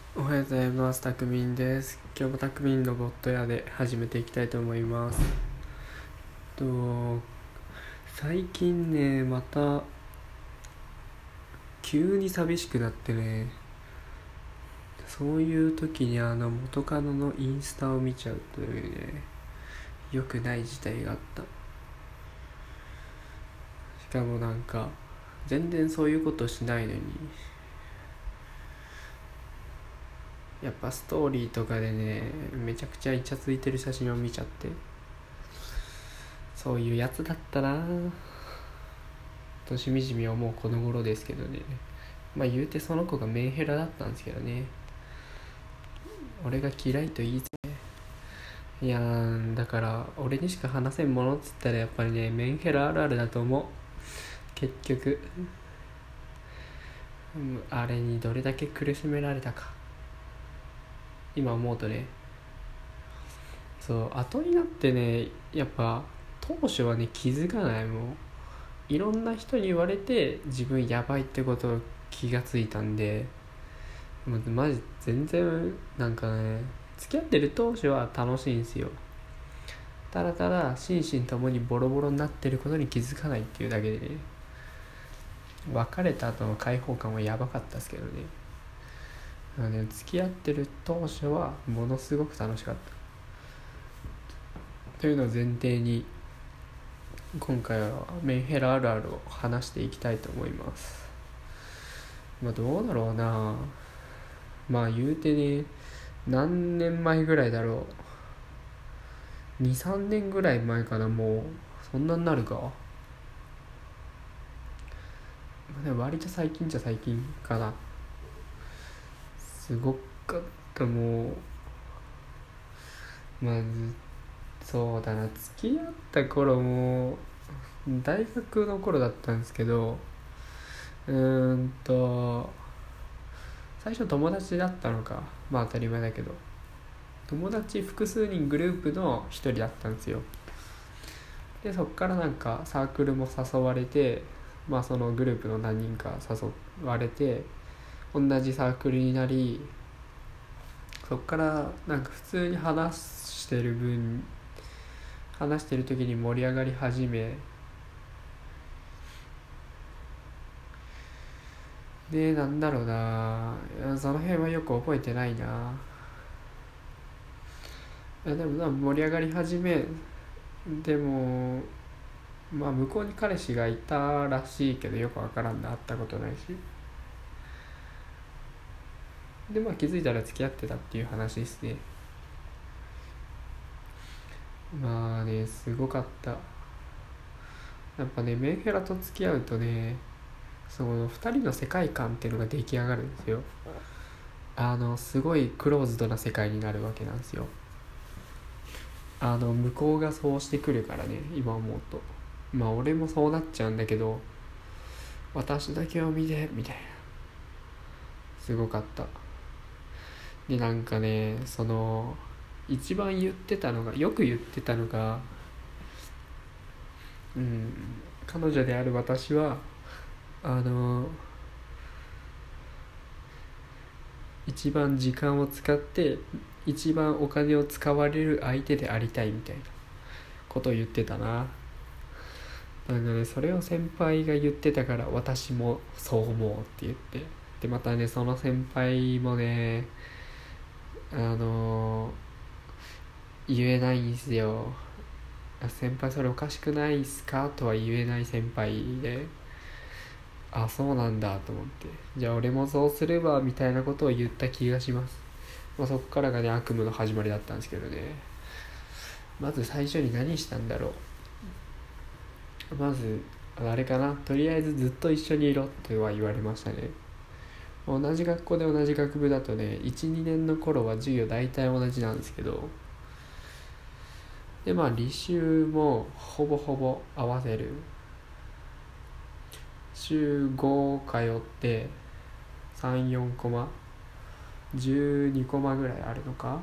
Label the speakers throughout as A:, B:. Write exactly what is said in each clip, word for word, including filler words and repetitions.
A: おはようございます。たくみんです。今日もたくみんのボット屋で始めていきたいと思います。と最近ね、また急に寂しくなってね、そういう時にあの元カノのインスタを見ちゃうというね、良くない事態があった。しかもなんか全然そういうことしないのに、やっぱストーリーとかでね、めちゃくちゃイチャついてる写真を見ちゃって、そういうやつだったなとしみじみ思うこの頃ですけどね。まあ言うてその子がメンヘラだったんですけどね。俺が嫌いと言いついやーだから俺にしか話せんものっつったらやっぱりね、メンヘラあるあるだと思う。結局あれにどれだけ苦しめられたか今思うとね。そう後になってね、やっぱ当初はね気づかない。もういろんな人に言われて自分やばいってことを気がついたんで、もうマジ全然なんかね、付き合ってる当初は楽しいんですよ。ただただ心身ともにボロボロになってることに気づかないっていうだけでね、別れた後の解放感はやばかったですけどね。あのね付き合ってる当初はものすごく楽しかったというのを前提に、今回はメンヘラあるあるを話していきたいと思います。まあどうだろうな、まあ言うてね、何年前ぐらいだろう、にさんねんぐらい前かな。もうそんなになるか、まあ、でも割と最近じゃ最近かな。すごかった。もうまずそうだな、付き合った頃も大学の頃だったんですけど、うーんと最初友達だったのか、まあ当たり前だけど、友達複数人グループの一人だったんですよ。でそっからなんかサークルも誘われて、まあそのグループの何人か誘われて同じサークルになり、そっからなんか普通に話してる分話してる時に盛り上がり始めで、なんだろうな、その辺はよく覚えてないな。でも盛り上がり始め、でもまあ向こうに彼氏がいたらしいけどよくわからんな、会ったことないし。でまあ気づいたら付き合ってたっていう話ですね。まあね、すごかった。やっぱね、メンヘラと付き合うとね、そのふたりの世界観っていうのが出来上がるんですよ。あのすごいクローズドな世界になるわけなんですよ。あの向こうがそうしてくるからね、今思うと。まあ俺もそうなっちゃうんだけど、私だけを見てみたいな、すごかった。でなんかね、その一番言ってたのがよく言ってたのが、うん彼女である私はあの一番時間を使って一番お金を使われる相手でありたいみたいなことを言ってたな。なんかね、それを先輩が言ってたから私もそう思うって言って、でまたね、その先輩もね、あのー言えないんすよ。先輩それおかしくないっすかとは言えない先輩で、あそうなんだと思って、じゃあ俺もそうすればみたいなことを言った気がします。まあ、そこからがね悪夢の始まりだったんですけどね。まず最初に何したんだろう。まずあれかな、とりあえずずっと一緒にいろとは言われましたね。同じ学校で同じ学部だとね、いち、にねんの頃は授業大体同じなんですけど、でまあ履修もほぼほぼ合わせる、週ご通ってさん、よんコマじゅうにコマぐらいあるのか、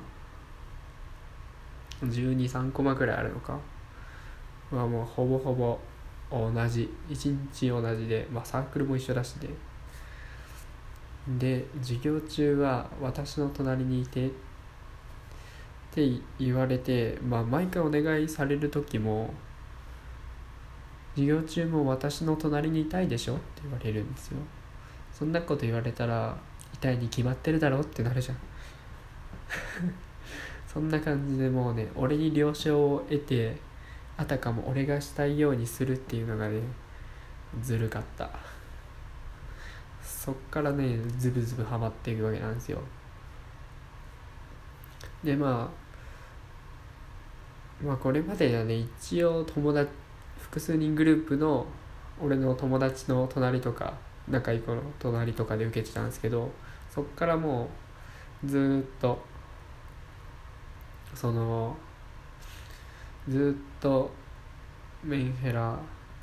A: じゅうに、さんコマぐらいあるのかは、まあ、もうほぼほぼ同じ、いちにち同じで、まあサークルも一緒だしで、 で授業中は私の隣にいてって言われて、まあ毎回お願いされる時も授業中も私の隣にいたいでしょって言われるんですよ。そんなこと言われたら痛いに決まってるだろってなるじゃんそんな感じでもうね、俺に了承を得てあたかも俺がしたいようにするっていうのがねずるかった。そっからねズブズブハマっていくわけなんですよ。でまあまあこれまではね一応友達複数人グループの俺の友達の隣とか仲いい子の隣とかで受けてたんですけど、そっからもうずっとそのずっとメンヘラ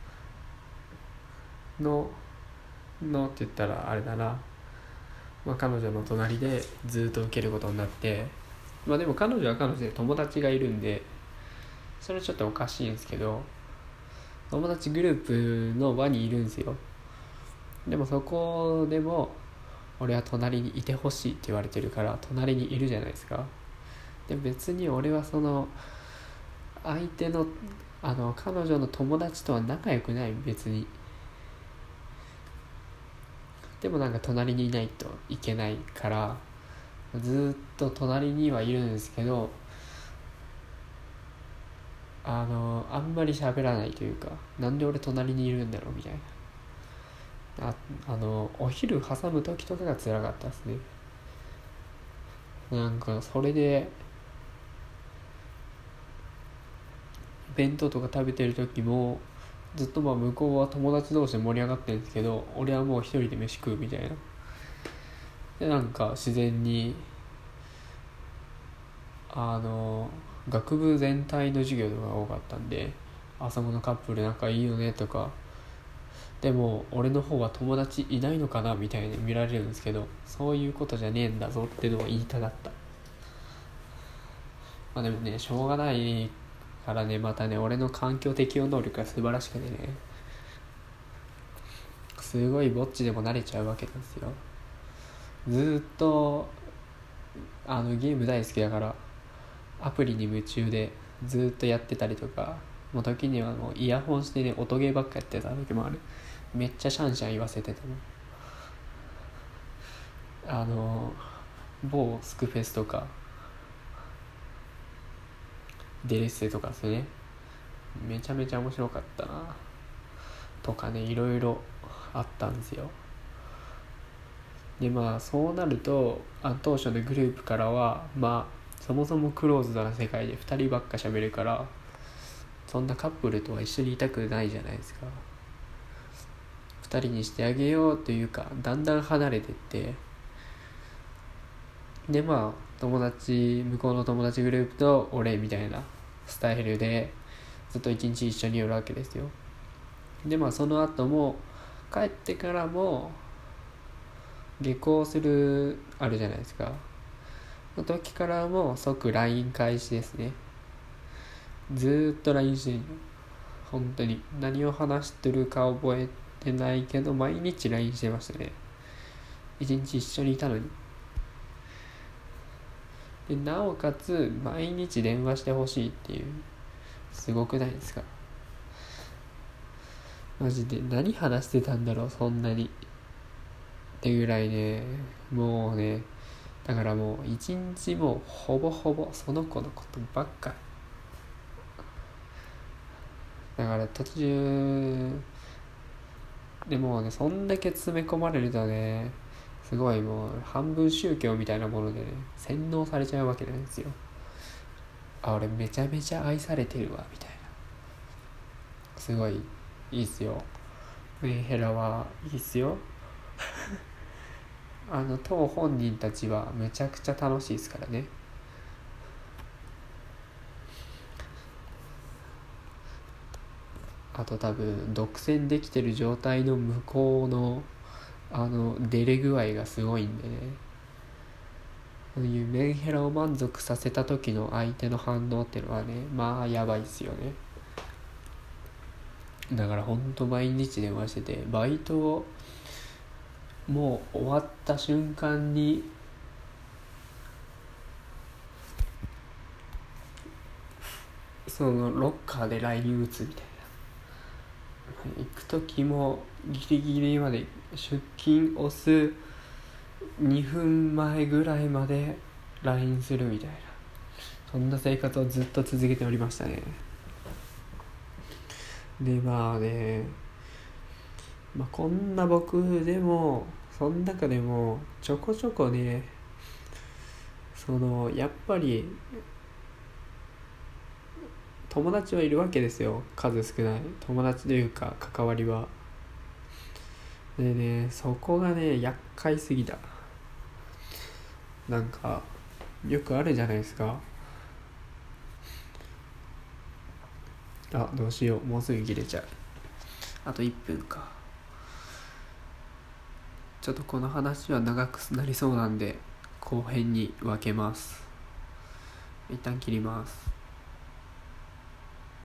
A: ののって言ったらあれだな、まあ、彼女の隣でずっと受けることになって、まあでも彼女は彼女で友達がいるんでそれちょっとおかしいんですけど、友達グループの輪にいるんですよ。でもそこでも俺は隣にいてほしいって言われてるから隣にいるじゃないですか。でも別に俺はその相手のあの彼女の友達とは仲良くない、別に。でもなんか隣にいないといけないからずっと隣にはいるんですけど、あのあんまり喋らないというか、なんで俺隣にいるんだろうみたいな。ああのお昼挟む時とかが辛かったですね。なんかそれで弁当とか食べてる時もずっとまあ向こうは友達同士で盛り上がってるんですけど、俺はもう一人で飯食うみたいな。でなんか自然にあの学部全体の授業とかが多かったんで、あそこのカップル仲いいよねとか、でも俺の方は友達いないのかなみたいに見られるんですけど、そういうことじゃねえんだぞってのを言いたかった。まあでもねしょうがないからね、またね俺の環境適応能力が素晴らしくてね、すごいぼっちでも慣れちゃうわけなんですよ。ずっとあのゲーム大好きだからアプリに夢中でずっとやってたりとか、もう時にはもうイヤホンしてね音ゲーばっかやってた時もある。めっちゃシャンシャン言わせてたの。あの某スクフェスとかデレッセとかですね、めちゃめちゃ面白かったなとかね、いろいろあったんですよ。でまあそうなるとあ当初のグループからはまあそもそもクローズドな世界でふたりばっか喋るから、そんなカップルとは一緒にいたくないじゃないですか。ふたりにしてあげようというか、だんだん離れてって、でまあ友達向こうの友達グループと俺みたいなスタイルでずっと一日一緒にいるわけですよ。でまあその後も帰ってからも下校するあるじゃないですかの時からも即 ライン 開始ですね。ずーっと ライン してるの。本当に何を話してるか覚えてないけど毎日 ライン してましたね。一日一緒にいたのに。でなおかつ毎日電話してほしいっていう、すごくないですか。マジで何話してたんだろうそんなにってぐらいね、もうねだからもう一日もうほぼほぼその子のことばっか。だから途中でもねそんだけ詰め込まれるとね、すごいもう半分宗教みたいなものでね洗脳されちゃうわけなんですよ。あ俺めちゃめちゃ愛されてるわみたいな。すごいいいっすよ。メンヘラはいいっすよあの当本人たちはめちゃくちゃ楽しいですからね。あと多分独占できてる状態の向こうのあの出れ具合がすごいんでね、そういうメンヘラを満足させた時の相手の反応っていうのはねまあやばいっすよね。だからほんと毎日電話してて、バイトもう終わった瞬間にそのロッカーで ライン 打つみたいな。行く時もギリギリまで出勤押すにふんまえぐらいまで ライン するみたいな、そんな生活をずっと続けておりましたね。でまあねまあこんな僕でもその中でもちょこちょこねそのやっぱり友達はいるわけですよ。数少ない友達というか関わりは。でねそこがね厄介すぎた。なんかよくあるじゃないですか。あどうしようもうすぐ切れちゃう。あといっぷんか。ちょっとこの話は長くなりそうなんで後編に分けます。一旦切ります。